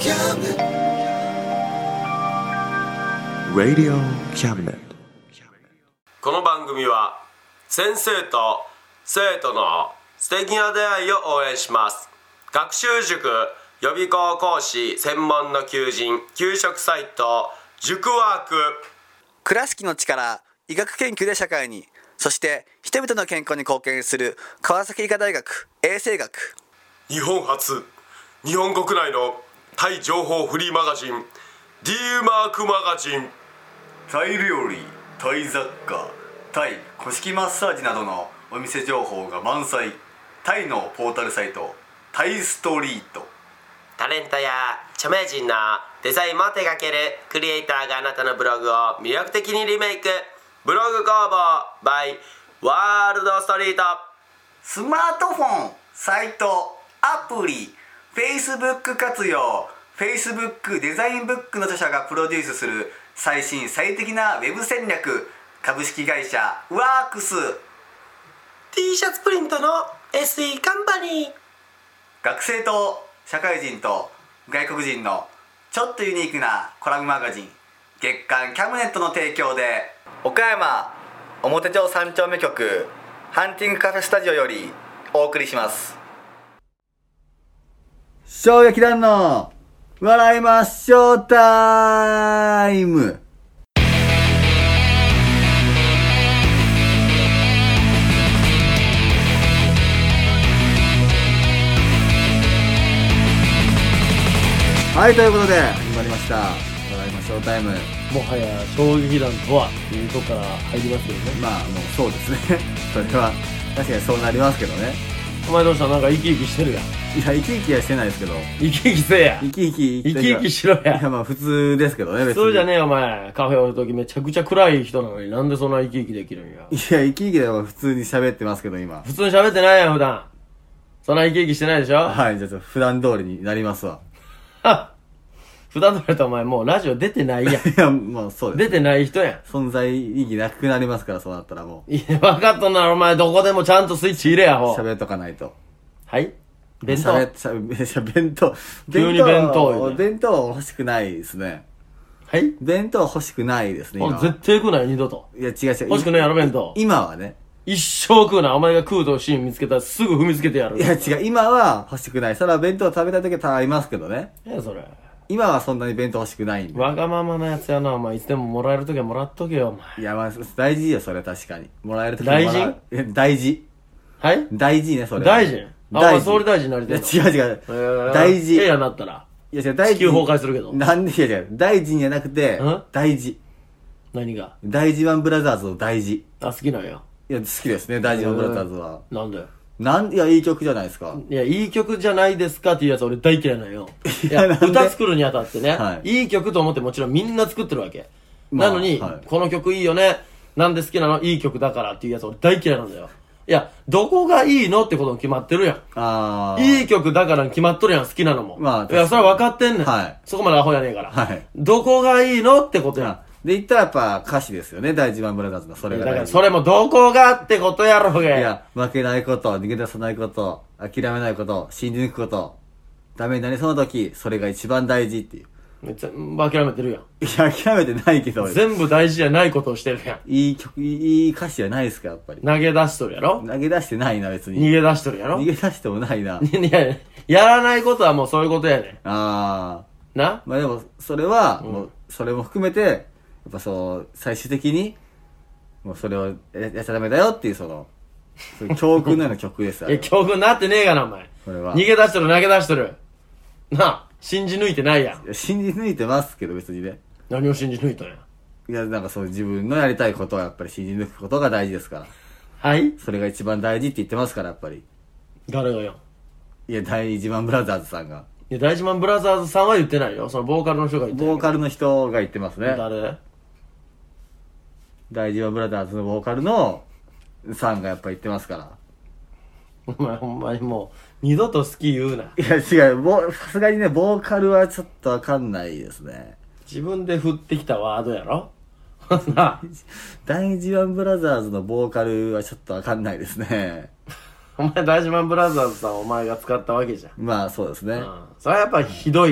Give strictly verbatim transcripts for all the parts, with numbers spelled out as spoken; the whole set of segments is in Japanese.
Radio Cabinet。 この番組は先生と生徒の素敵な出会いを応援します。学習塾予備校講師専門の求人・給食サイト塾ワーク。 倉敷の力、医学研究で社会に、そして人々の健康に貢献する川崎医科大学衛生学。 日本初、日本国内のタイ情報フリーマガジン D マークマガジン。 タイ料理、タイ雑貨、タイ古式マッサージなどのお店情報が満載。タイのポータルサイトタイストリート。 タレントや著名人のデザインも手掛けるクリエイターがあなたのブログを魅力的にリメイク。ブログ工房 by ワールドストリート。 スマートフォン、サイト、アプリ、Facebook 活用。 Facebook デザインブックの著者がプロデュースする最新最適なウェブ戦略。株式会社ワークス。 T シャツプリントの エスイー カンパニー。 学生と社会人と外国人のちょっとユニークなコラムマガジン月刊キャムネットの提供で、岡山表町三丁目局ハンティングカフェスタジオよりお送りします。衝撃団の笑いましょうタイム。はい、ということで始まりました笑いましょうタイム。 もはや衝撃団とはっていうとこから入りますけどね。 まあもうそうですねそれは確かにそうなりますけどね。 お前どうした？なんか生き生きしてるやん。 いや生き生きはしてないですけど。 生き生きせえや。 生き生き生き生きしろや。 いやまあ普通ですけどね。別に普通じゃねえよお前。カフェおるときめちゃくちゃ暗い人なのになんでそんな生き生きできるんや。 いや生き生きでは普通に喋ってますけど今。 普通に喋ってないやん普段。そんな生き生きしてないでしょ。 はいじゃあ普段通りになりますわ。 はっ普段通りとお前もうラジオ出てないやん。 いやもうそうです。 出てない人やん。 存在意義なくなりますからそうなったらもう。 いや分かっとんならお前どこでもちゃんとスイッチ入れやほう。 喋っとかないと。 はい弁当。 喋っしゃべしゃ弁当。 急に弁当言うね。 弁当は欲しくないですね。 はい弁当は欲しくないですね今は。 絶対食うなよ二度と。 いや違う違う。 欲しくないやろ弁当。 今はね。 一生食うな。お前が食うとシーン見つけたらすぐ踏みつけてやる。 いや違う、今は欲しくない。それは弁当食べたい時はたまりますけどね。 いやそれ。 今はそんなに弁当欲しくないんで。 わがままなやつやな、お前。いつでももらえるときはもらっとけよ、お前。 いやまあ大事よそれは確かに。もらえる時もらう。 大事？ え大事。 はい大事ねそれは。 大臣？あ、お前総理大臣になりたいの？ いや違う違う。 えー、 大事。 ええやなったら。 いや違う大事。 地球崩壊するけど。 なんでいや違う。大臣じゃなくてん大事。 何が？ 大事ワンブラザーズの大事。 あ、好きなんや。 いや好きですね大事ワンブラザーズは。 なんで？ なんいやいい曲じゃないですか。 いや、いい曲じゃないですかっていうやつ俺大嫌いなんよ。いや、 いやなんで歌作るにあたってね、 はいいい曲と思ってもちろんみんな作ってるわけ。 まあなのに、 はいこの曲いいよね。なんで好きなの？いい曲だからっていうやつ俺大嫌いなんだよ。いや、どこがいいのってことも決まってるやん。 ああ。 いい曲だからに決まっとるやん、好きなのも。 まあいや、それは分かってんねん。 はいそこまでアホやねえから。 はいどこがいいのってことやん。 で言ったらやっぱ歌詞ですよね大事ワンブラザーズのそれがだか大事。 らそれもどこがってことやろうが。 いや、負けないこと、逃げ出さないこと、諦めないこと、信じ抜くこと、ダメになりそうな時、それが一番大事っていう。 めっちゃ諦めてるやん。 いや、諦めてないけど、 全部大事じゃないことをしてるやん。 いい曲、いい歌詞じゃないですか、やっぱり。 投げ出しとるやろ？ 投げ出してないな、別に。 逃げ出しとるやろ？ 逃げ出してもないな。 いや、やらないことはもうそういうことやねあん。な？ ー。まあでも、それは、 うんもう、それも含めて、やっぱそう、最終的に、もうそれをややっちゃダメだよっていう、その、そういう教訓のような曲ですよ。 え、教訓なってねえがな、お前。 これは逃げ出しとる、投げ出しとる。なあ、信じ抜いてないやん。 いや信じ抜いてますけど、別にね。 何を信じ抜いたんや。 いや、なんかそう自分のやりたいことはやっぱり信じ抜くことが大事ですから。 はいそれが一番大事って言ってますから、やっぱり。 誰がよ。 いや、大事マンブラザーズさんが。 いや、大事マンブラザーズさんは言ってないよ。そのボーカルの人が言ってる。 ボーカルの人が言ってますね。 誰？ 大事マンブラザーズのボーカルのさんがやっぱ言ってますから。 お前ほんまにもう、二度と好き言うな。 いや、違う。ボさすがにね、ボーカルはちょっとわかんないですね。 自分で振ってきたワードやろなあ。 大事マンブラザーズのボーカルはちょっとわかんないですね。 お前大事マンブラザーズさんお前が使ったわけじゃん。 まあ、そうですね。 うん。それはやっぱりひどいで。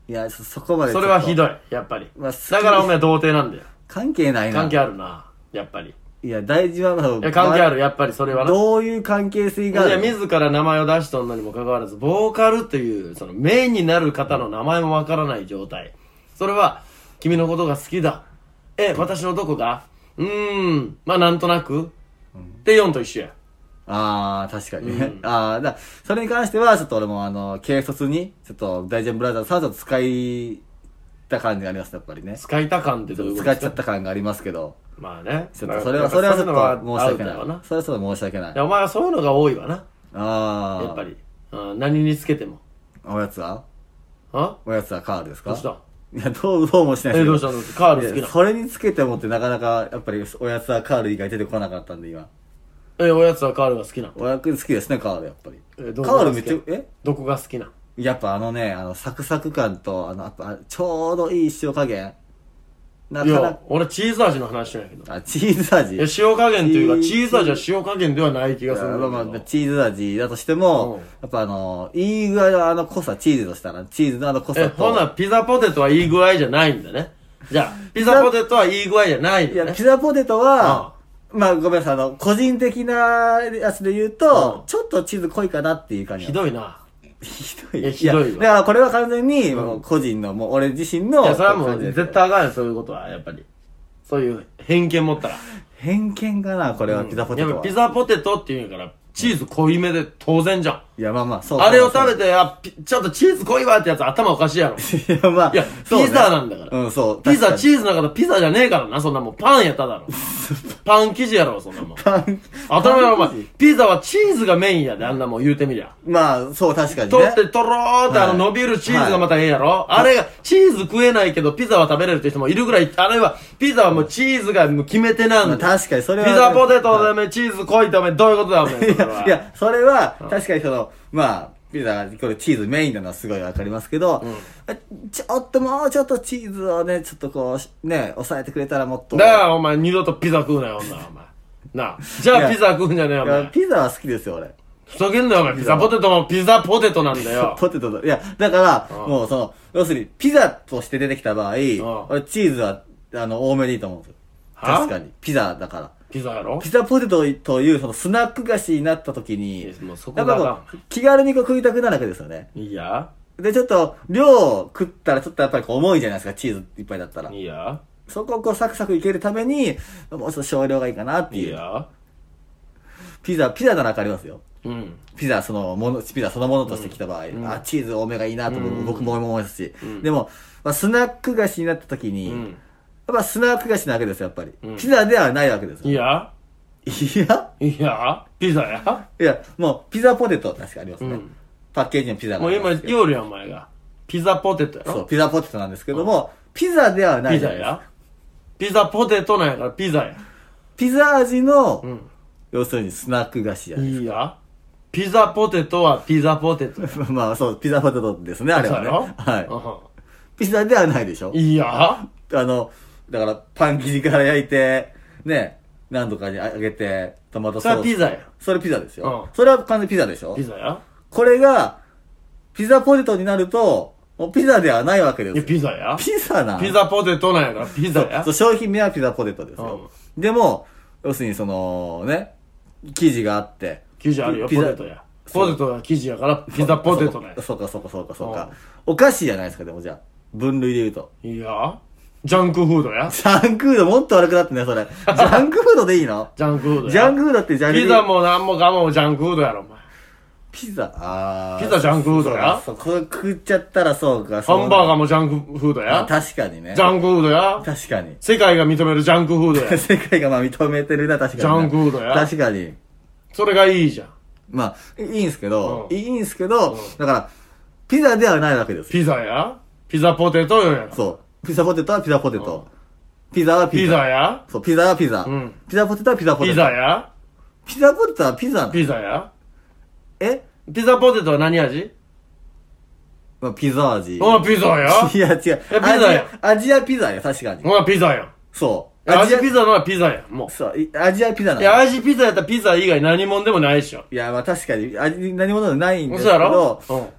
いや、そ、そこまで。 それはひどい、やっぱり。 まあだからお前童貞なんだよ。 関係ないな。 関係あるな、やっぱり。 いや、大事は、 いや、関係ある、やっぱりそれはな。 どういう関係性がある？ いや、自ら名前を出しとんのにもかかわらず、ボーカルという、そのメインになる方の名前もわからない状態。それは、君のことが好きだ。え、私のどこがうーん、まあなんとなく、うん、ってよんと一緒や。 ああ、確かにね。 うん、 ああ、だそれに関しては、ちょっと俺もあの、軽率に、ちょっと、大ジャンブラザーズさんちょっと使いた感じがあります、やっぱりね。 使いた感ってどういうこと使っちゃった感がありますけど。 まあね。 ちょっとそれは、それはちょっと申し訳ない。それはちょっと申し訳ない。 いや、お前はそういうのが多いわな。 ああ。 やっぱり。あ何につけても。 おやつはあおやつはカールですか？ どうしたいや、どう、どうもしないえ、どうしたのカール好きな。 それにつけてもってなかなか、やっぱり、おやつはカール以外出てこなかったんで、今。 え、おやつはカールが好きな。 おやつ好きですね、カール、やっぱり。 え、どカールめっちゃ、えどこが好きな。 やっぱあのね、あの、サクサク感と、あの、やっぱ、ちょうどいい塩加減。 ないや、俺チーズ味の話じゃないけど。 あ、チーズ味。 いや、塩加減っていうか、チーズ味は塩加減ではない気がするんだけど。 まあまあ、チーズ味だとしても、やっぱあの、いい具合のあの濃さ、チーズとしたら、チーズのあの濃さと。 え、ほな、ピザポテトはいい具合じゃないんだね。じゃあ、ピザポテトはいい具合じゃないんだね。 いや、ピザポテトは、まあごめんなさい、あの、個人的なやつで言うと、ちょっとチーズ濃いかなっていう感じ。 ひどいな。 ひどい。 いや、ひどいわ。 だからこれは完全に、もう個人の、もう俺自身の。 いや、それはもう絶対あかんよ、そういうことは、やっぱり。そういう偏見持ったら。 偏見かな、これはピザポテトは。 やっぱピザポテトっていうんやから、チーズ濃いめで当然じゃん。 いや、まあまあ、そう。 あれを食べて、あ、ちょっとチーズ濃いわってやつ頭おかしいやろ。 いや、まあ。 いや、ピザなんだから。 うん、そう。 ピザ、チーズなかったらピザじゃねえからな、そんなもん。パンやっただろ。パン生地やろ、そんなもん。 パン。 当たり前お前。ピザはチーズがメインやで、あんなもん言うてみりゃ。 まあ、そう、確かにね。 取ってとろーってあの伸びるチーズがまたええやろ。あれが、チーズ食えないけどピザは食べれるって人もいるぐらい、あれは、ピザはもうチーズがもう決め手なんだ。 確かに、それは。 ピザポテトでめチーズ濃いってお前どういうことだお前。 いや、いや、それは、確かにその、まあ、ピザ、これチーズメインなのはすごいわかりますけど、ちょっともうちょっとチーズをね、ちょっとこう、ね、抑えてくれたらもっと。 だからお前二度とピザ食うなよ、女お前。なあ。じゃあピザ食うんじゃねえよ、お前。 ピザは好きですよ、俺。 ふざけんなよ、お前。ピザポテトもピザポテトなんだよ。 ポテトだ。いや、だから、もうその、要するに、ピザとして出てきた場合、俺チーズは、あの、多めでいいと思うんですよ。確かに。ピザだから。 ピザやろピザポテトというそのスナック菓子になった時に、 もうそこやっぱこう、気軽にこう食いたくなるわけですよね。 いや。 で、ちょっと、量食ったらちょっとやっぱりこう重いじゃないですか、チーズいっぱいだったら。 いや。 そこをこうサクサクいけるために、もうちょっと少量がいいかなっていう。 いや。 ピザ、ピザならわかりますよ。 うん。 ピザそのもの、ピザそのものとして来た場合、うん、あ、チーズ多めがいいなと僕も思いますし。うん、でも、まあ、スナック菓子になった時に、うん、やっぱスナック菓子なわけですよ、やっぱり。うん、ピザではないわけですよ。 いやいやいやピザやいや、もう、ピザポテト確かありますね。うん、パッケージのピザが。 もう今、言おるやん、お前が。ピザポテトやろそう、ピザポテトなんですけども、うん、ピザではないピザやピザポテトなんやから、ピザや。 ピザ味の、うん、要するにスナック菓子じゃないですか。 いやピザポテトはピザポテト。 まあそう、ピザポテトですね、あれはね。はい。ピザではないでしょいやあの、だから、パン生地から焼いて、ね、何度かに揚げて、トマトソース。 それはピザや。 それピザですよ。うん、それは完全にピザでしょピザや。 これが、ピザポテトになると、もうピザではないわけですよ。 いや、ピザや。 ピザな。 ピザポテトなんやから、ピザや。 そう、商品名はピザポテトですよ。うん、でも、要するにその、ね、生地があって。 生地あるよ、ポテトや。ポテトが生地やから、ピザポテトね。 そうか、そうか、そうか、そうか。お菓子じゃないですか、でもじゃあ。分類で言うと。 いやジャンクフードや。 ジャンクフードもっと悪くなってね、それ。ジャンクフードでいいのジャンクフードや。 ジャンクフードってジャンクフード。 ピザもなんもかもジャンクフードやろ、お前。 ピザ、あー。ピザジャンクフードや。 そこ食っちゃったらそうか、 ハンバーガーもジャンクフードや。 確かにね。 ジャンクフードや。 確かに。 世界が認めるジャンクフードや。 世界がまあ認めてるな、確かに。 ジャンクフードや。 確かに。 それがいいじゃん。 まあ、いいんすけど、いいんすけど、だから、ピザではないわけですよ。 ピザやピザポテトよや。 そう。ピザポテトはピザポテト。ピザはピザ。 ピザやそう、ピザはピザ。うん。ピザポテトはピザポテト。 ピザやピザポテトはピザなの？ ピザやえピザポテトは何味？ まあ、ピザ味。 あ、ピザやいや、違う。ピザや。 味はピザや、確かに。 あ、ピザや。 そう。 味ピザのはピザや。もう。 そう。味はピザなの。 いや、味ピザやったらピザ以外何もんでもないでしょ。 いや、まあ確かに、味、何ものでないんですけど、 うん、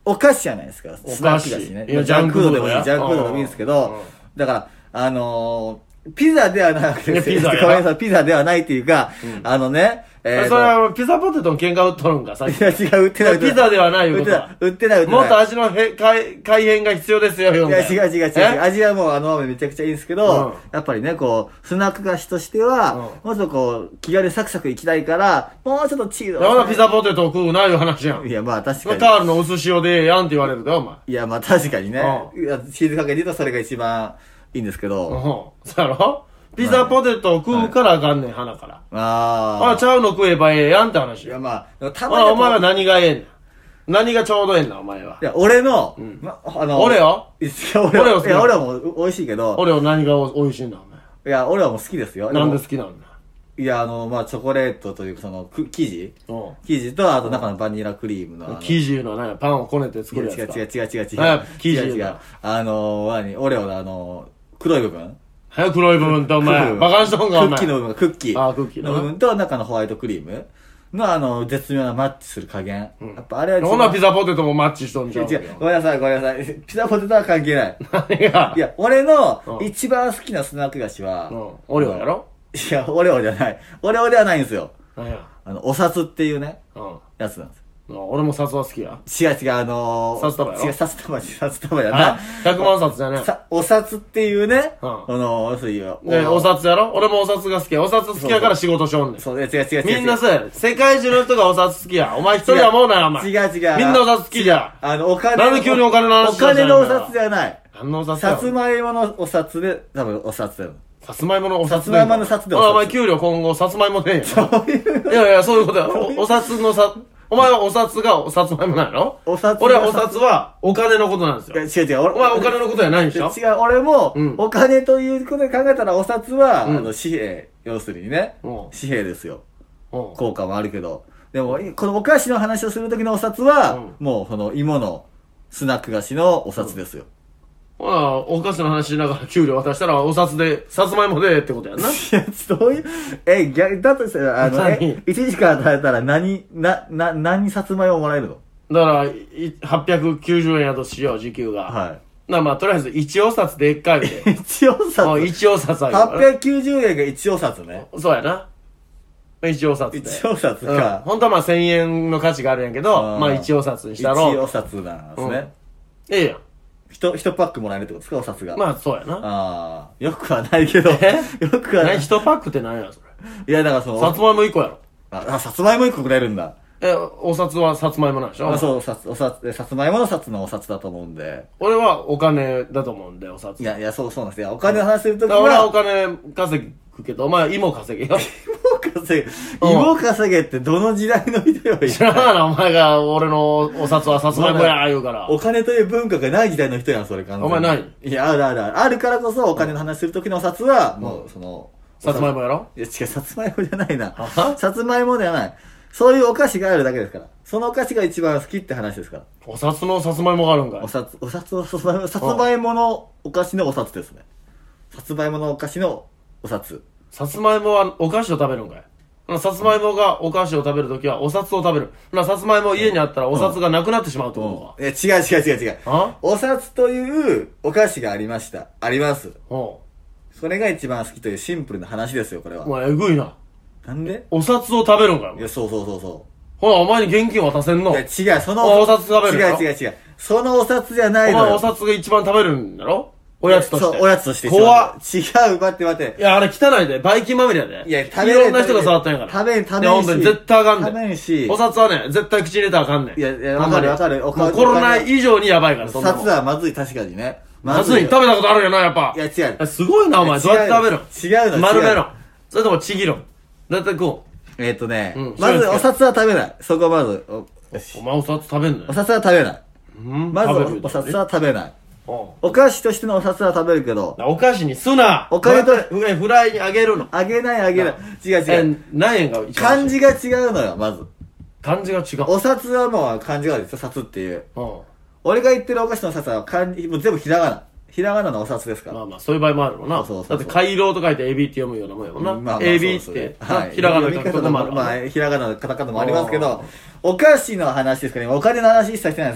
お菓子じゃないですか。スナック菓子ね。いや、ジャンクフードでもいい、ジャンクフードでもいいんですけど、だから、あのー、ピザではなくて、 ピザごめんなさい、ピザではないっていうか、うん、あのね、 えー、それはピザポテトの喧嘩売っとるんか、さっき。 いや、違う、売ってない。 ピザではないいうことは。 売ってない、売ってない。 もっと味のへ改改変が必要ですよ、 いや、違う違う違う。味はもうあのままめちゃくちゃいいんですけど、うん、やっぱりね、こう、スナック菓子としては、うん、もうちょっとこう、気軽にサクサクいきたいから、もうちょっとチーズを、ね。 だからピザポテトを食うないう話やん。 いや、まあ確かに。 カールの薄塩でええやんって言われるか、お前。 いや、まあ確かにね。うん、いやチーズかけで言うとそれが一番いいんですけど。 うん。そうやろピザポテトを食うからあかんねん、鼻から。ああ。あ、ちゃうの食えばええやんって話。 いや、まあ、 たまに。あ、お前は何がええねん。何がちょうどええんだ、お前は。 いや、俺の、 うん、ま、あの、俺よいや、俺は、いや、俺はもう美味しいけど。 俺は何が美味しいんだ、お前。 いや、俺はもう好きですよ。 なんで好きなんだいや、あの、まあ、チョコレートというか、その、く生地生地と、あと中のバニラクリームの。 生地のね、パンをこねて作るやつか。 違う違う違う違う違う。 生地違う違う。あの、何オレオのあの、黒い部分はい、黒い部分とお前、バカンしとんかお前。 クッキーの部分、クッキー。 あ、クッキーの部分と中のホワイトクリームのあの、絶妙なマッチする加減。 うん、 やっぱあれはどんなピザポテトもマッチしとんじゃん。 違う、ごめんなさい、ごめんなさい。ピザポテトは関係ない。 何がいや、俺の一番好きなスナック菓子は、 うん、オレオやろいや、オレオじゃない。オレオではないんですよ。 何やあの、お札っていうね、うん、やつなんです。 俺も札は好きや。 違う違う、あのー、札束やろ違う、札束、札束やな。 ひゃくまん札じゃねお札っていうね、 うん、 あのー、そういう。 ね、お札やろ俺もお札が好きや。お札好きやから仕事しよんねん。 そう、違う違う違う。 みんなそうや。世界中の人がお札好きや。お前一人はもうないお前。 違う違う。 みんなお札好きじゃ。 あの、お金。 なんで急にお金の話お金のお札じゃない。 何のお札さつまいものお札で、多分お札だよ。 さつまいものお札で。さつまいもの札でお札。お前給料今後さつまいもでんや。 そういう。 いやいや、そういうことや。お札のさ、お前はお札がお札まいもないのお札。 俺はお札はお金のことなんですよ。 違う違う。 お前お金のことやないんでしょ違う、俺も、お金ということで考えたらお札は、あの、紙幣、要するにね、紙幣ですよ。効果もあるけど。でも、このお菓子の話をするときのお札は、もう、その、芋のスナック菓子のお札ですよ。 まあ、お菓子の話しながら給料渡したら、お札で、さつまいもでってことやんな。いや、そういう、え、逆、だとしたら、あの、え、いちじかん食べたら何、な、な、何さつまいももらえるのだから、はっぴゃくきゅうじゅうえんやとしよう、時給が。 はい。 な、まあ、とりあえず、一応札でっかいで。 一応札一応札ある。 はっぴゃくきゅうじゅうえんが一応札ね。 そうやな。一応札で。 一応札か。 本当はまあせんえんの価値があるんやけど、まあ一応札にしたろ。 一応札なんですね。 ええやん。 一、一パックもらえるってことですかお札が。 まあ、そうやな。 ああ、よくはないけど。 えよくはない。 何一パックって何やそれ。 いや、だからそう。 さつまいも一個やろ。 あ、さつまいも一個くれるんだ。 え、お札はさつまいもなんでしょあ、そう、お札、お札、さつまいもの札のお札だと思うんで。 俺はお金だと思うんで、お札。 いや、いや、そう、そうなんですよ。お金の話するときは。 俺はお金稼ぐけど、お前芋稼げよ。 芋稼げ。芋稼げってどの時代の人より。 知らんがな、お前が俺のお札はさつまいもや、言うから。 お金という文化がない時代の人やん、それ完全に。 お前ないいや、あるあるある。あるからこそお金の話するときのお札は、もう、その、 さつまいもやろいや、違う、さつまいもじゃないな。さつまいもではない。そういうお菓子があるだけですから。そのお菓子が一番好きって話ですから。 お札のさつまいもがあるんかいお札、お札のさつまいも、さつまいものお菓子のお札ですね。さつまいものお菓子のお札。 さつまいもはお菓子を食べるんかいさつまいもがお菓子を食べるときはお札を食べる。さつまいも家にあったらお札がなくなってしまうってことか。 え、違う違う違う違う。お札というお菓子がありました。あります。それが一番好きというシンプルな話ですよ、これは。 お前、えぐいな。 なんでお札を食べるんかよ。 いや、そうそうそうそう。 ほら、お前に現金渡せんの。 いや、違う、そのお札食べる違う違う違う。そのお札じゃないのよ。 お前お札が一番食べるんだろおやつとして。 そう、おやつとして。 怖っ。 違う、待って待って。 いや、あれ汚いで。バイキンまみれやで。 いや、 食べる。いろんな人が触ったんやから。 食べん、食べんし。 いや、ほんとに絶対あかんねん。 食べんし。 お札はね、絶対口に入れたらあかんねん。 いや、いや、わかるわかる。 もうコロナ以上にやばいから、 そんな。お札はまずい、確かにね。 まずい。食べたことあるよな、やっぱ。 いや、違う。 すごいな、お前。どうやって食べるの違うの。 丸めろ。それともちぎろ。どうやって食うえっとね、まずお札は食べない。そこまず。 お前お札食べんのよ。 お札は食べない。まずお札は食べない。お菓子としてのお札は食べるけど。 お菓子にすなお金と、 フライにあげるの。 あげないあげない。違う違う。 何円が一番漢字が違うのよ、まず。 漢字が違う。 お札はもう漢字があるんですよ、札っていう。俺が言ってるお菓子の札は漢字、もう全部ひらがな。ひらがなのお札ですから。 まあまあ、そういう場合もあるもんな。そうそうそう。だって、回廊と書いてエビって読むようなもんやもんな。まあまあ、エビって、ひらがなで書くこともある。 まあ、ひらがなのカタカナもありますけど、お菓子の話ですからね、お金の話一切してないですから。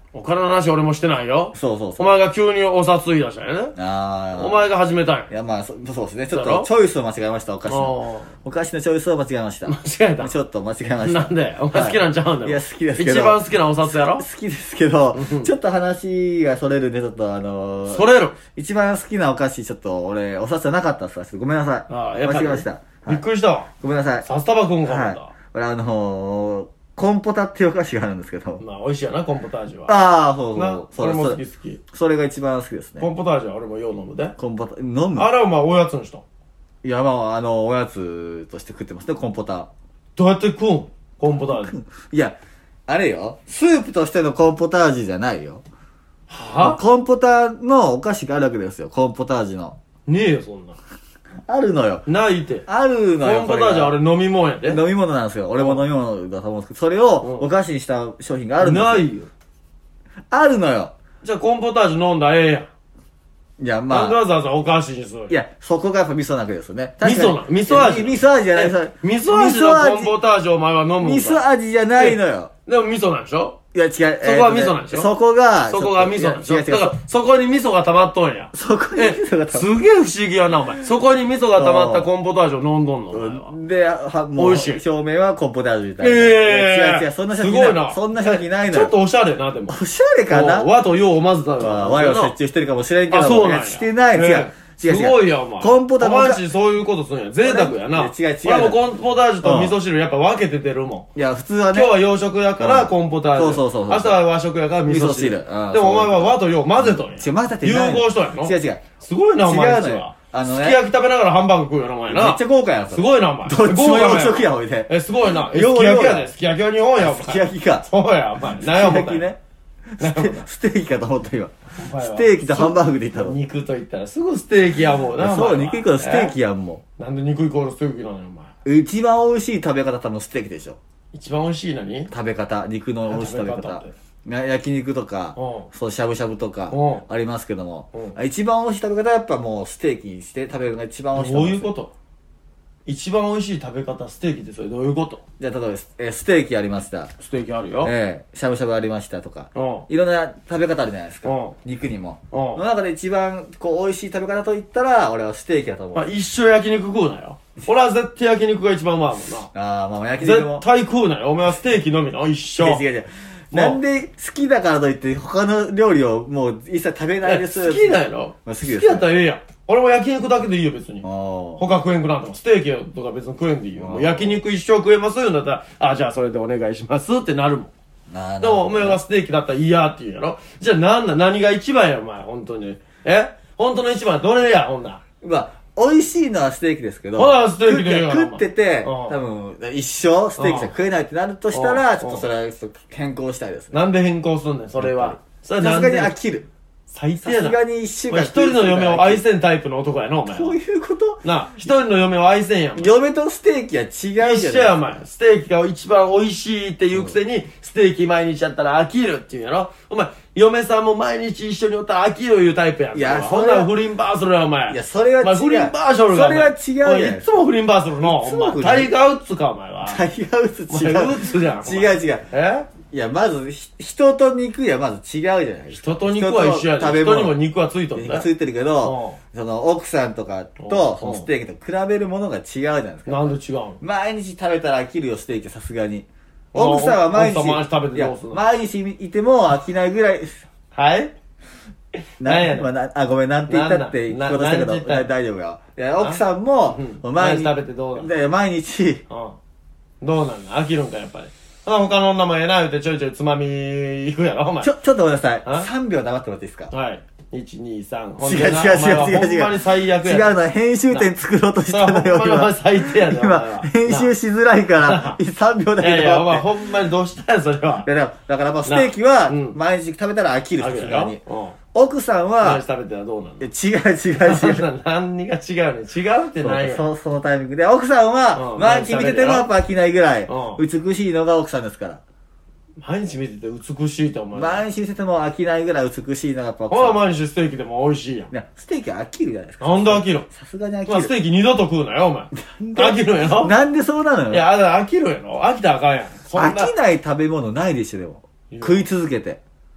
お金の話俺もしてないよ。 そうそうそう。 お前が急にお札言い出したんやね。 ああ。 お前が始めたんや。 いや、まあ、そそうですね。ちょっだろと、チョイスを間違えました、お菓子の。 おお菓子のチョイスを間違えました。 間違えた。 ちょっと間違えました。 なんでお前好きなんちゃうんだよ。 いや、好きですけど。 一番好きなお札やろ好きですけど、ちょっと話がそれるんで、ちょっとあのー、 それる。 一番好きなお菓子、ちょっと俺、お札じゃなかったっすわ。ちょっとごめんなさい。 ああ、やっぱり。 間違えました。 びっくりしたわ。 ごめんなさい。 札束くんかもはいだ。。 俺あのー、コンポタっていうお菓子があるんですけど。 まあ、美味しいやな、コーンポタージュは。 ああ、そうなそう。そう俺もそれ好き好き。 それが一番好きですねコー。ンポタージュは俺もよう飲むで。 コンポタ、飲むあれはまあ、おやつにした。 いや、まあ、あの、おやつとして食ってますね、コンポタ。 どうやって食うんコーンポタージュ。 いや、あれよ。スープとしてのコーンポタージュじゃないよ。 はコーンポタのお菓子があるわけですよ。コーンポタージュの。 ねえよ、そんな。 あるのよ。 ないて。 あるのよ。 コーンポタージュあれ飲み物やで。 飲み物なんですよ。俺も飲み物だと思うんですけど、それをお菓子にした商品があるんですよ。 ないよ。 あるのよ。 じゃあコーンポタージュ飲んだらええやん。 いや、 なんでまあ。 わざわざお菓子にするいや、そこがやっぱ味噌なわけですよね。 味噌な味噌味いや味噌味じゃない。それ味噌味のコーンポタージュをお前は飲むんか。 味噌味じゃないのよ。 でも味噌なんでしょいや、違う。 そこは味噌なんでしょそこが、 そこが味噌なんでしょ違う違う。 だから、そこに味噌が溜まっとんや。 そこにえ、 味噌がたすげえ不思議やな、お前。そこに味噌が溜まったコーンポタージュを飲んどんの、お前は。 で、は、もう、 美味しい表面はコーンポタージュみたいな。 ええいや違う違う、そんな商品すごいなそんな商品ないのよ。 ちょっとおしゃれな、でも。 おしゃれかなお和と洋を混ぜたまあら。 和を折衷してるかもしれんけど。 あ、そうなんや。 いしてない。違う。 ええ違う違う。 すごいや、お前。 コーンポタージュお前んちそういうことするんや。贅沢やな。 いや違う違う俺もコーンポタージュと味噌汁やっぱ分けて出るもん。 いや、普通はね。 今日は洋食やからコーンポタージュ。 そうそうそうそう明日は和食やから味噌汁。 味噌汁うんでもお前は和と洋混ぜとんや。 違う、混ぜて融ない。 合しとんやろ違う違う。 すごいな、お前んち違うのよは。 あのねすき焼き食べながらハンバーグ食うよな、お前な。 めっちゃ豪華やん、それすごいな、お前。 どっちも豪華洋食や、おいで。 え、すごいな。え、す洋き焼きやで。 洋やすき焼きは日本や、お前。 すき焼きか。 そうや、お前。何や、お前。 すき焼きね。ステステーキかと思った今。 お前はステーキとハンバーグでいったの。 肉と言ったらすぐステーキやもんな。お前そう、 は肉イコールステーキやんもえなんで肉イコールステーキなのよ、お前。 ん。一番美味しい食べ方多分ステーキでしょ。 一番美味しいのに食べ方、肉の美味しい食べ方食べ方って。 や焼肉とかう、 そう、しゃぶしゃぶとかうん、 ありますけどもう。 一番美味しい食べ方はやっぱもうステーキにして食べるのが一番美味しいとどう思ですよ。 いうこと一番美味しい食べ方、ステーキってそれどういうことじゃあ、例えば、えーステーキありました。 ステーキあるよ。 ええ、しゃぶしゃぶありましたとか。 うん。 いろんな食べ方あるじゃないですかうん。 肉にも。 うんその中で一番、こう、美味しい食べ方と言ったら、俺はステーキだと思う。 まあ、一生焼肉食うなよ。俺は絶対焼肉が一番うまいもんな。 ああ、まあ、焼肉も絶。対食うなよ。お前はステーキのみな、一生。 違う違う違う。なんで好きだからといって他の料理をもう一切食べないです。 好きなんやろまあ好きです好きやったらええやん。俺も焼肉だけでいいよ、別に。 あー他食えんくなっても、ステーキとか別に食えんでいいよ。もう焼肉一生食えますよ、だったら、あ、じゃあそれでお願いしますってなるもん。 あーでも、お前がステーキだったら嫌って言うやろじゃあなんだ、何が一番や、お前、本当に。え本当の一番はどれや、ほんなら。 まあ、美味しいのはステーキですけど。 ほらステーキでいいよ食って食ってて、 うん多分、一生ステーキしか食えないってなるとしたら、 うんちょっとそれはちょっと変更したいですね。 なんで変更すんねん、それは。それさすがになんで飽きる。 最低やな。 さすがに一週間お前一人の嫁を愛せんタイプの男やな、お前は。 どういうことなあ、一人の嫁を愛せんやん。 嫁とステーキは違うじゃない一緒や、お前。ステーキが一番美味しいっていうくせに、ステーキ毎日やったら飽きるって言うんやろお前、嫁さんも毎日一緒におったら飽きるいうタイプやん。 いやそんそれはなん不倫バーするや、お前。 いやそれは違うお前不倫バーしょるが。 それは違うやんお前いつも不倫バーするの。お前、 いつも不倫タイガーウッズか、お前は。 タイガーウッズ違う。 お前ウッズじゃんお前違う違う。 えいや、まず、ひ人と肉やまず違うじゃない人と肉は一緒やで。 人と食べ物人にも肉はついとるんだよ肉ついてるけど、その奥さんとかとうんそのステーキと比べるものが違うじゃないですか。 なんで違うん毎日食べたら飽きるよ、ステーキさすがに。 うん奥さんは毎日、 奥さん毎日食べていやどうするの毎日いても飽きないぐらい、 はいなんやねんまあなあ、ごめん、なんて言ったって聞なんこうとしたけど、 なんなんて言った大丈夫よ。いや、奥さんもうん、 毎日、 毎日食べてどうなので毎日、 うん。どうなんだ飽きるんか、やっぱり。ほな他の女もええな、言うてちょいちょいつまみ行くやろ、お前。 ちょ、ちょっとごめんなさい。 あさんびょう黙ってもらっていいですかはい。いち、に、さん。 違う違う違う違う違う。 ほんまに最悪や。 違うの、編集点作ろうとしたのよ、 ほんまにお前最低やで、お前は今、編集しづらいから、さんびょうだけいやいや、お前黙って。 ほんまにどうしたんや、それは。 いやだからだからまあ、ステーキはなうん、 毎日食べたら飽きる、さあるやろすがに。 うん。 奥さん毎は日、食べてはどうなのいや違う違う違う。 そんな何が違うねん。違うってないやん。 そう、そのタイミングで。奥さんは、 うん毎日見ててもやっぱ飽きないぐらい、 う美しいのが奥さんですから。 毎日見てて美しいってお前。 毎日見てても飽きないぐらい美しいのがやっぱ奥ほらさん。 毎日ステーキでも美味しいやん。 いや、ステーキは飽きるじゃないですか。 なんで飽きるんさすがに飽きまあ、ステる。 ーキ二度と食うなよ、お前。飽きるんやろなんでそうなのよ。 いや、あれ飽きるやろ飽きたらあかんやん。そんな飽きない食べ物ないでしょ、でも。食い続けて。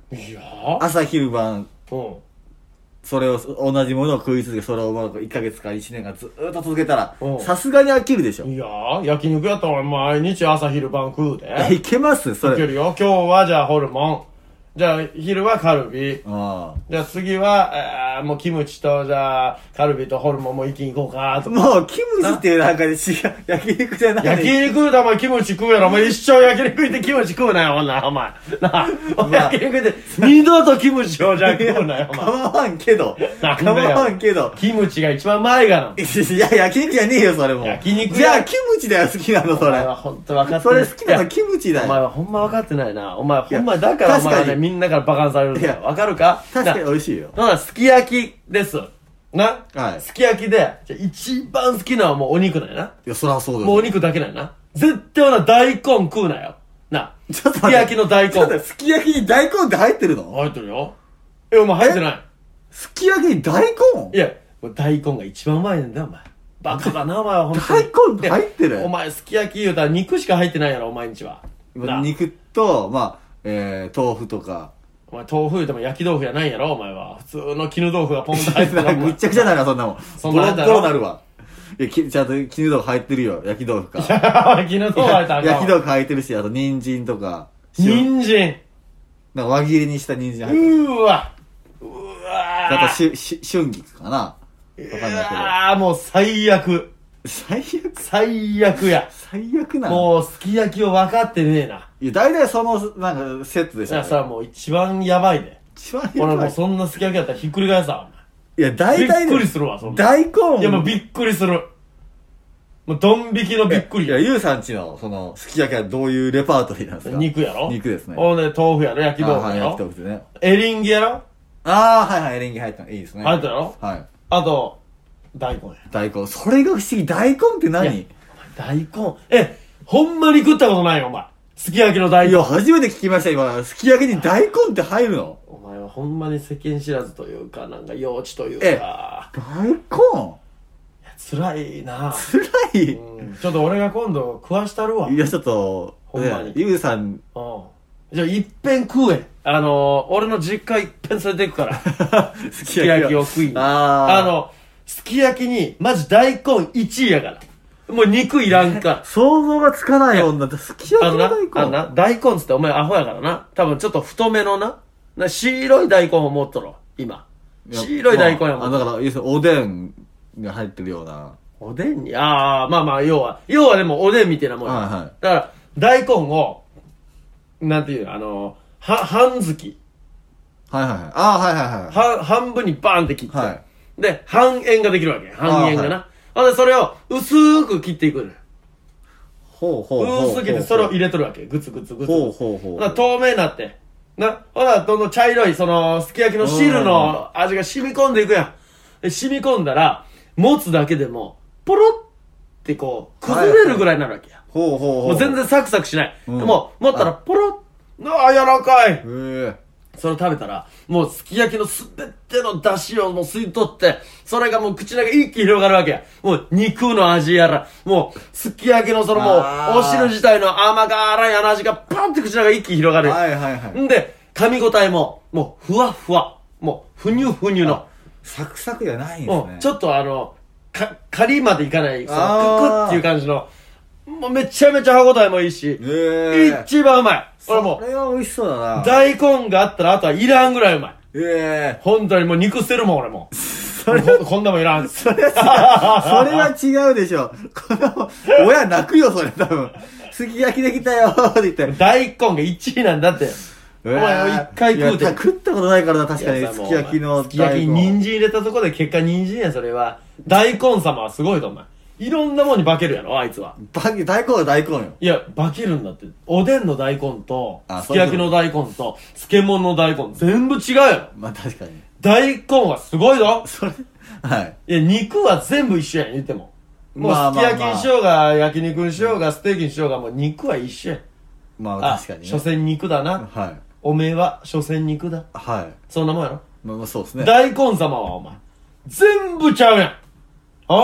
いや朝昼晩うんそれを同じものを食い続けそれをいっかげつかいちねんかんずーっと続けたらうんさすがに飽きるでしょ。 いやー焼肉やったら俺毎日朝昼晩食うでいけますそれ。 いけるよ。今日はじゃあホルモン、じゃあ昼はカルビ、 あじゃあ次は、えー、もうキムチとじゃあカルビとホルモンも一気に行こうかあとか。 もうキムチっていうなんかで違う焼肉じゃない。 焼肉食うたらお前キムチ食うやろ。お前一生焼肉行ってキムチ食うなよ、ほんならお前。なあ、お前焼肉で二度とキムチをじゃあ食うなよ、お前。 構わんけどなんだよ構わんけどキムチが一番うまいがな。 いや焼肉じゃねえよそれも。 焼肉やじゃあキムチだよ好きなのそれ。 お前はほんと分かってそない。 れ好きなのキムチだよ。 お前はほんま分かってないな。お前ほんまだからお前はね、 確かにみんなからバカにされるんだよ。 いや分かるか？ 確かにな美味しいよ。 だからすき焼きです。な、 はいすき焼きで、じゃあ一番好きなのはもうお肉だよな。 いやそりゃそうだよ。 もうお肉だけだよな。絶対な、大根食うなよ。な、 ちょっと待ってすき焼きの大根。 ちょっとすき焼きに大根って入ってるの？ 入ってるよ。え、お前入ってない。 すき焼きに大根？ いや、大根が一番うまいねんだよ、お前。バカだな、お前はほんとに。 大根って入ってるお前、すき焼き言うたら肉しか入ってないやろ、お前んちは。な肉とまあえー豆腐とか。 お前、豆腐言うても焼き豆腐やないんやろ、お前は。普通の絹豆腐がポンと入ってるぐっちゃぐちゃだなそんなもん。 そんなやつだろボロッボロなるわ。いやきちゃんと絹豆腐入ってるよ焼き豆腐か。 絹豆腐入ったらあかんわ焼き豆腐入ってるしあと人参とか。 人参。 なんか輪切りにした人参入ってる。 うーわ。うわあとしし春菊かな。わかんないああ、もう最悪。 けど。最悪最悪や。 最悪なの。 もう、すき焼きを分かってねえな。 いや大体そのなんかセットでしょ。 じゃあさ、もう一番やばいで。 一番俺やばい。 もうそんなすき焼きやったらひっくり返すわ。 いや大びっ体ねくりするわ、そんな。 大根。 いや、もうびっくりする。もう、ドン引きのびっくりいや、ゆうさんちの、その、すき焼きはどういうレパートリーなんですか？ 肉やろ肉ですね。 ほんで、豆腐やろ焼き豆あはい、 腐やろ焼き豆腐でね。 エリンギやろああ、はいはい、エリンギ入ったの。いいですね。 入ったやろはい。 あと、大根や。 大根。それが不思議。大根ってい何？ や大根。え、ほんまに食ったことないよ、お前。すき焼きの大根。 いや、初めて聞きました、今。すき焼きに大根って入るの？ お前はほんまに世間知らずというか、なんか幼稚というえか。 大根？ 辛いな辛い。 うん。ちょっと俺が今度食わしたるわ。 いや、ちょっと、 ほんまにねゆうさん、 うん。じゃあ、いっぺん食え。あのー、俺の実家いっぺん連れて行くから。 すすき焼きを食いに。 あーあの、すき焼きに、マジ大根いちいやから。もう肉いらんから。 想像がつかない女って、すき焼あのな、 きの大根。 あのな、大根っつってお前アホやからな。多分ちょっと太めのな。な白い大根を持っとろ、今。 いや白い大根やもん。 まあ、あだから、要するにおでんが入ってるような。 おでんに、ああ、まあまあ、要は、要はでもおでんみたいなもんや。 はいはいだから、大根を、なんていうの、あの、は、半月き。 はいはいはい。ああ、はいはいはい。 は、半分にバーンって切って。 はいで、半円ができるわけ。半円がな。ほんで、それを薄く切っていくのよ。 ほうほうほうほう。 薄く切ってそれを入れとるわけ。グツグツグツ。 ほうほうほうほな透明になって。な、ほら、どんどん茶色い、その、すき焼きの汁の味が染み込んでいくやん。で、染み込んだら、持つだけでも、ポロってこう、崩れるぐらいになるわけや。 ほうほうほう。 もう全然サクサクしない。 うんでも、持ったら、ポロッ、ああ、柔らかい。 へえ。 それを食べたら、もうすき焼きのすべての出汁をもう吸い取って、それがもう口の中一気に広がるわけや。もう肉の味やら、もうすき焼きのそのもう、 あーお汁自体の甘辛いあの味がパンって口の中一気に広がる。 はいはいはい。 んで、噛み応えも、もうふわふわ。もう、ふにゅふにゅの。 サクサクじゃないんですね。 うん、ちょっとあの、か、カリまでいかない、その、 あーククっていう感じの、もうめちゃめちゃ歯応えもいいし、 へえ。 一番うまい。俺もそれは美味しそうだな。 大根があったらあとはいらんぐらいうまい。 ええ。 本当にもう肉捨てるもん俺も。 それここんなもんいらん。 それは、それは違うでしょ。この、親泣くよ、それ多分。すき焼きできたよって言って。 大根がいちいなんだって。お前一回食うていや食ったことないからな、確かに。 いやさすき焼きのすき焼きに人参入れたところで結果人参や、それは。大根様はすごいと、お前。いろんなもんに化けるやろ、あいつは。 バ大根は大根よ。 いや、化けるんだって。おでんの大根と、 あすき焼きの大根と、漬物の大根、全部違うやろ。 まあ確かに。 大根はすごいぞ。 それ、はい。 いや、肉は全部一緒やん、言っても。もう、 まあまあまあすき焼きにしようが、焼肉にしようが、ステーキにしようが、もう肉は一緒やん。 まあ確かにね。 所詮肉だな。 はい。 おめえは、所詮肉だ。 はい。 そんなもんやろ。 まあまあそうですね。 大根様はお前、全部ちゃうやん。あ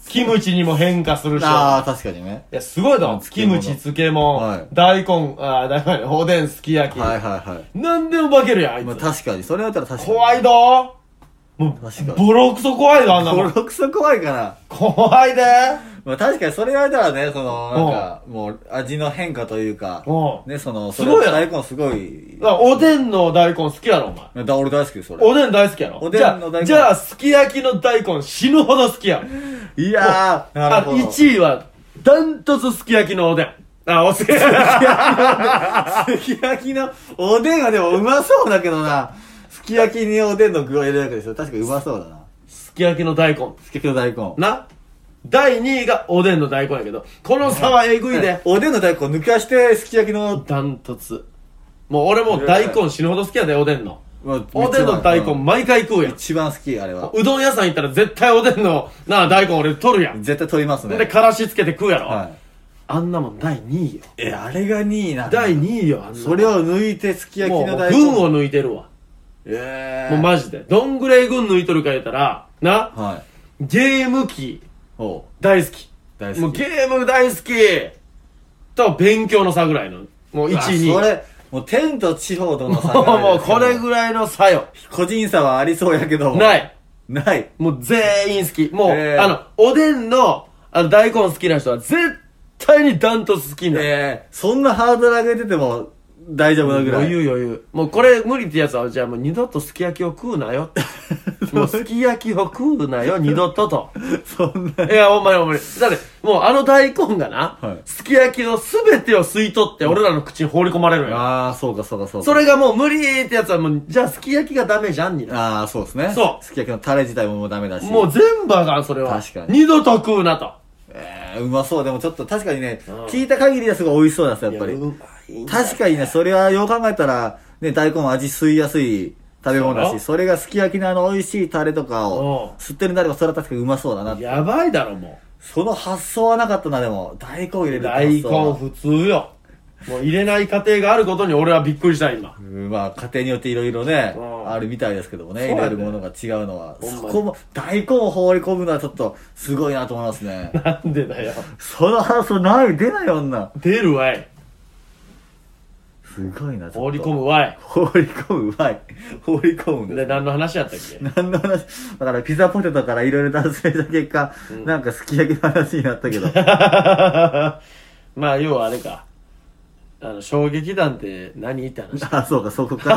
キムチにも変化するし。 ああ、確かにね。 いや、すごいだろ。キムチ、漬物、はい、大根、あ大根、おでん、すき焼き。 はいはいはい。 なんでも化けるやん、あいつ。 まあ、確かに。それやったら確かに。 怖いどー。もう、確かに。ボロクソ怖いよ、あんなもん。 ボロクソ怖いかな。 怖いでまあ確かにそれ言われたらね、その、なんか、もう味の変化というか、ね、その、 すごいやろ。 大根すごい。 おでんの大根好きやろ、お前。 だ、俺大好きです、それ。 おでん大好きやろ。 おでんの大根。 じゃあ、すき焼きの大根死ぬほど好きやん。 いやー、なるほど。 いちいは、ダントツすき焼きのおでん。あ、おすき焼きのおでん。 すき焼きのおでんはでもうまそうだけどな。すき焼きにおでんの具を入れるわけですよ。確かにうまそうだな。 すき焼きの大根。 すき焼きの大根。 なだいにいがおでんの大根やけど、この差はえぐいで。 おでんの大根抜かして、すき焼きの。 ダントツ。もう俺も大根死ぬほど好きやで、おでんの。おでんの大根毎回食うやん。 一番好き、あれは。 うどん屋さん行ったら絶対おでんの、なあ、大根俺取るやん。 絶対取りますね。 で、からしつけて食うやろ。 はい。 あんなもんだいにいよ。 え、あれがにいな。 だいにいよ、あんな。 それを抜いて、すき焼きの大根。 もう、群を抜いてるわ。 ええ。 もうマジで。どんぐらい群抜いとるか言ったら、な。 はい。 ゲーム機。 お大好き。 大好き。 もうゲーム大好き。と、勉強の差ぐらいの。もういちいに。 それ、もう天と地方との差が。もうこれぐらいの差よ。 個人差はありそうやけども。 ない。 ない。 もう全員好き。もう、えー、あの、おでんの、あの、大根好きな人は絶対にダントツ好きなの。 ええー、そんなハードル上げてても大丈夫なぐらい。 余裕余裕。もうこれ無理ってやつは、じゃあもう二度とすき焼きを食うなよ。もうすき焼きを食うなよ、二度とと。 そんな。 いや、ほんまにほんまに。だって、もうあの大根がな、はい、すき焼きのすべてを吸い取って俺らの口に放り込まれるのよ。 ああ、そうかそうかそうか。 それがもう無理ってやつはもう、じゃあすき焼きがダメじゃんにな。 ああ、そうですね。 そう。 すき焼きのタレ自体ももうダメだし。 もう全部あかん、それは。 確かに。 二度と食うなと。 ええー、うまそう。でもちょっと確かにね、聞いた限りはすごい美味しそうなんですよ、やっぱり。うまい確かにね、それはよう考えたら、ね、大根味吸いやすい食べ物だし、それがすき焼きのあの美味しいタレとかを吸ってるんであれば、それは確かにうまそうだなって。 やばいだろ、もう。 その発想はなかったな、でも。大根入れる大根普通よ。もう入れない家庭があることに俺はびっくりした、今。 うん、まあ、家庭によっていろいろね、あるみたいですけどもね、入れるものが違うのは。そこも、大根を放り込むのはちょっと、すごいなと思いますね。 なんでだよ。 その発想ない、出ないよ、女。 出るわい。 すごいな、 放り込むわい。 放り込むわい。放り込むんです。 で、何の話やったっけ？ 何の話？だからピザポテトからいろいろ脱線した結果、うん、なんかすき焼きの話になったけど。 まあ、要はあれか。あの、衝撃弾って何って話。 あ、そうか、そこから。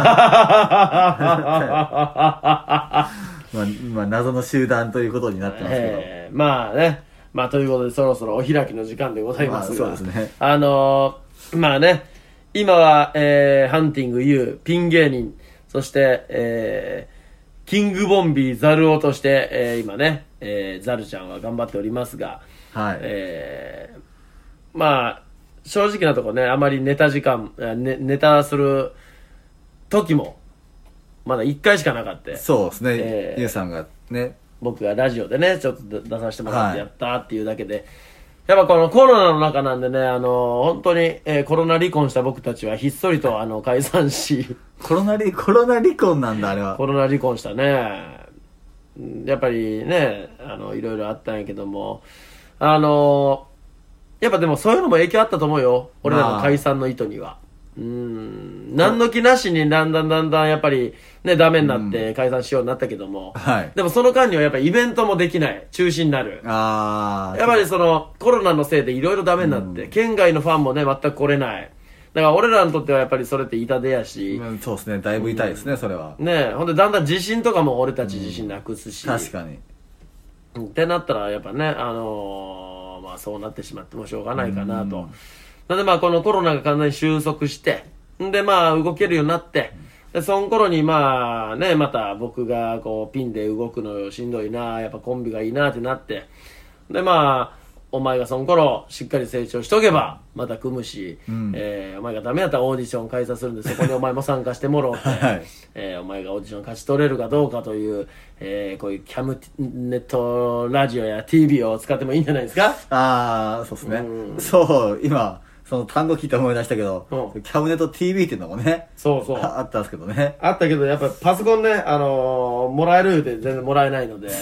まあ、まあ、謎の集団ということになってますけど。 えー、まあね。まあ、ということで、そろそろお開きの時間でございますが。 まあ、そうですね。 あのー、まあね。今は、えー、ハンティング U、ピン芸人、そして、えー、キングボンビー、ザルオとして、えー、今ね、えー、ザルちゃんは頑張っておりますが、 はい。 えー、まあ、正直なとこね、あまりネタ時間、ね、ネタする時も、まだいっかいしかなかった。 そうですね。 えー、 ゆうさんがね。 僕がラジオでね、ちょっと出させてもらってやったっていうだけで、はい、やっぱこのコロナの中なんでね、あの、本当に、えー、コロナ離婚した僕たちはひっそりとあの解散し。 コロナ離、コロナ離婚なんだ、あれは。 コロナ離婚したね。やっぱりね、あの、いろいろあったんやけども、あの、やっぱでもそういうのも影響あったと思うよ。俺らの解散の意図には。うーん。何の気なしにだんだんだんだんやっぱりね、ダメになって解散しようになったけども。 はい。 でもその間にはやっぱりイベントもできない。中止になる。 あー。 やっぱりそのコロナのせいでいろいろダメになって、県外のファンもね、全く来れない。だから俺らにとってはやっぱりそれって痛手やし。 うん、そうですね。だいぶ痛いですね、うん、それは。 ねえ、ほんでだんだん自信とかも俺たち自信なくすし。 うん、確かに。 ってなったらやっぱね、あのー、まあそうなってしまってもしょうがないかなと。なんでまあこのコロナが完全に収束して、んでまあ動けるようになって、でその頃にまあね、また僕がこうピンで動くのしんどいな、やっぱコンビがいいなってなって、でまあ、お前がその頃しっかり成長しとけばまた組むし、うん、えー、お前がダメだったらオーディション開催するんでそこにお前も参加してもろうって、はい、えー、お前がオーディション勝ち取れるかどうかという、えー、こういうキャムネットラジオや ティービー を使ってもいいんじゃないですか。 ああ、そうですね、うん、そう今その単語聞いて思い出したけど、うん、キャムネット ティービー っていうのもね、 そうそうあったんですけどね、 あったけどやっぱパソコンね、あのー、もらえるで全然もらえないので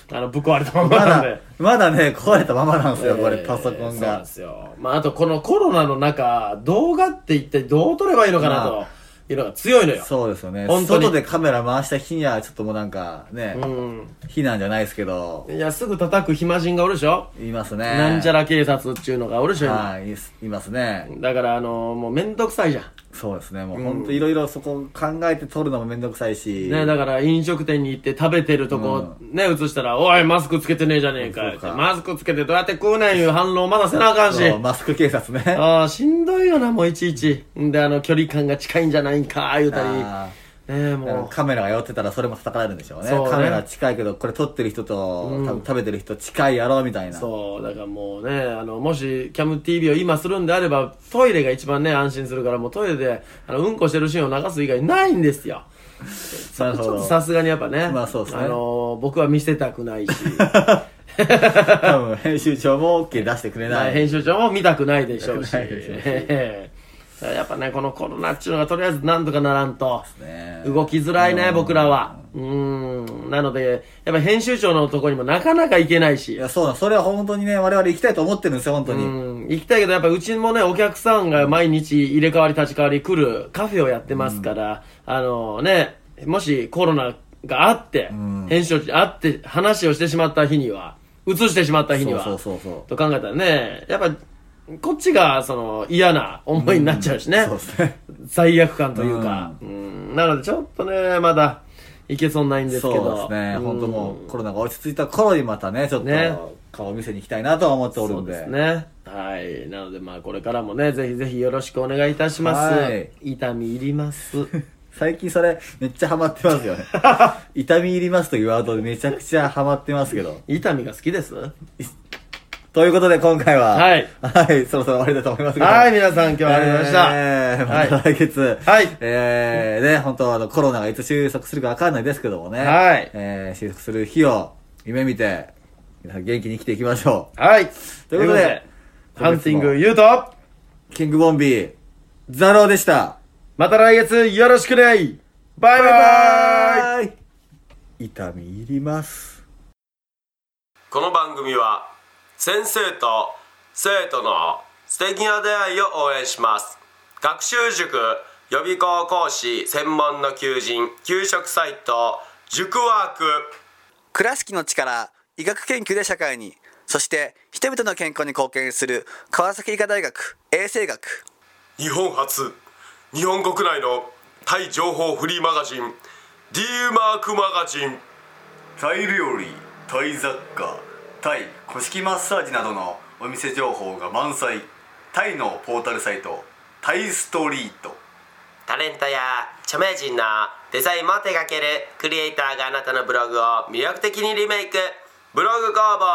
あのぶっ壊れたまままなんでだまだね壊れたままなんですよ、これパソコンそうなんがですよ。まああとこのコロナの中動画って一体どう撮ればいいのかなというのが強いのよ。 そうですよね。 本当に外でカメラ回した日にはちょっともうなんかね、 うん非難じゃないですけどいやすぐ叩く暇人がおるでしょ。 いますね。 なんちゃら警察っていうのがおるでしょ今。 はい、いいますね。 だからあのもうめんどくさいじゃん。 そうですね。もう本当いろいろそこ考えて撮るのもめんどくさいし。 ね、だから飲食店に行って食べてるとこ、ね、映したら、おい、マスクつけてねえじゃねえかって。マスクつけてどうやって食うねんいう反応まだせなあかんし。 そうマスク警察ね。 ああ、しんどいよな、もういちいち。んで、あの、距離感が近いんじゃないんか、言うたり。 あねえ、もう。 カメラが寄ってたらそれも叩かれるんでしょうね。 そうねカメラ近いけどこれ撮ってる人と、 うん多分食べてる人近いやろみたいな。 そう、だからもうね、あの、もし、キャム ティーブイ を今するんであれば、トイレが一番ね、安心するから、もうトイレで、あの、うんこしてるシーンを流す以外ないんですよ。 なるほど。 ちょっとさすがにやっぱね、 まあそうですねあの、僕は見せたくないし。 多分編集長も OK 出してくれまあない。 編集長も見たくないでしょうし。 ないでしょうしやっぱね、このコロナっていうのがとりあえずなんとかならんと。 ね動きづらいね、僕らは。うーん。なので、やっぱ編集長のとこにもなかなか行けないし。 いや、そうだ。それは本当にね、我々行きたいと思ってるんですよ、本当に。 うん。行きたいけど、やっぱうちもね、お客さんが毎日入れ替わり立ち替わり来るカフェをやってますから、あのね、もしコロナがあって、 ん編集長に会って話をしてしまった日には、移してしまった日には、 そうそうそうそうと考えたらね、やっぱ、こっちが、その、嫌な思いになっちゃうしね。 そうですね。 罪悪感というか。うん。なので、ちょっとね、まだ、いけそうないんですけど。 そうですね。 ん本当もうコロナが落ち着いた頃にまたね、ちょっとね顔を見せに行きたいなとは思っておるんで。 そうですね。はい。なので、まあ、これからもね、ぜひぜひよろしくお願いいたします。 はい痛み入ります。 最近それめっちゃハマってますよね。痛み入りますというワードでめちゃくちゃハマってますけど。 痛みが好きですということで今回は、 はいはい、そろそろ終わりだと思いますけど。 はい、皆さん今日はありがとうございました。 えー、 はいまた来月。 はいえー、ね、本当はあのコロナがいつ収束するかわかんないですけどもね。 はいえー、収束する日を夢見て、皆さん元気に生きていきましょはい。 ということでハンティング、ユート、 う。キングボンビー、ザローでした。 また来月よろしくね。バイバイバイバイ痛み入ります。 この番組は先生と生徒の素敵な出会いを応援します。学習塾予備校講師専門の求人、給食サイト塾ワーク。 倉敷の力、医学研究で社会に、そして人々の健康に貢献する川崎医科大学衛生学。 日本初、日本国内のタイ情報フリーマガジン D マークマガジン。 タイ料理、タイ雑貨、タイ古式マッサージなどのお店情報が満載。タイのポータルサイト、タイストリート。 タレントや著名人のデザインも手掛けるクリエイターがあなたのブログを魅力的にリメイク。ブログ工房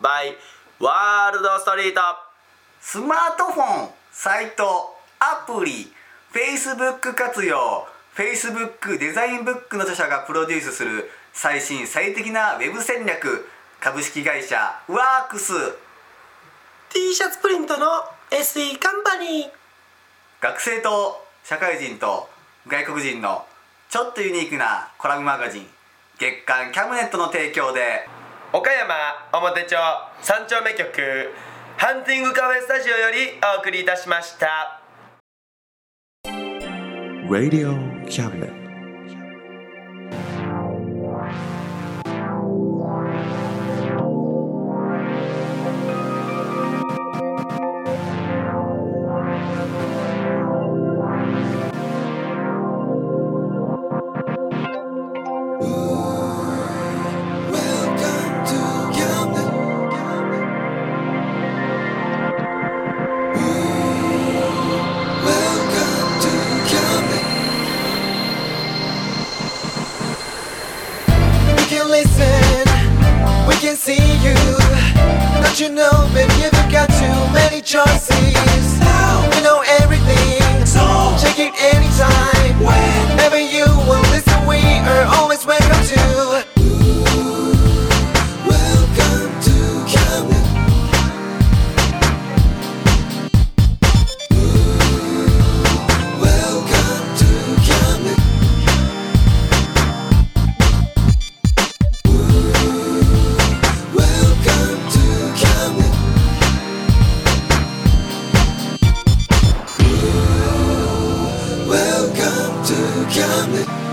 by ワールドストリート。 スマートフォン、サイト、アプリ、Facebook 活用、Facebook デザインブックの著者がプロデュースする最新最適なウェブ戦略。株式会社ワークス。 T シャツプリントの エスイー カンパニー。 学生と社会人と外国人のちょっとユニークなコラムマガジン、月刊キャムネットの提供で岡山表町三丁目局ハンティングカフェスタジオよりお送りいたしました。 Radio Cabinet. Listen, we can see you. Don't you know, baby, you've got too many choices. Now we know everything, so check it anytime. Whenever you will listen, we are always welcome to. Welcome to Camden. Welcome to Camden. キャムネット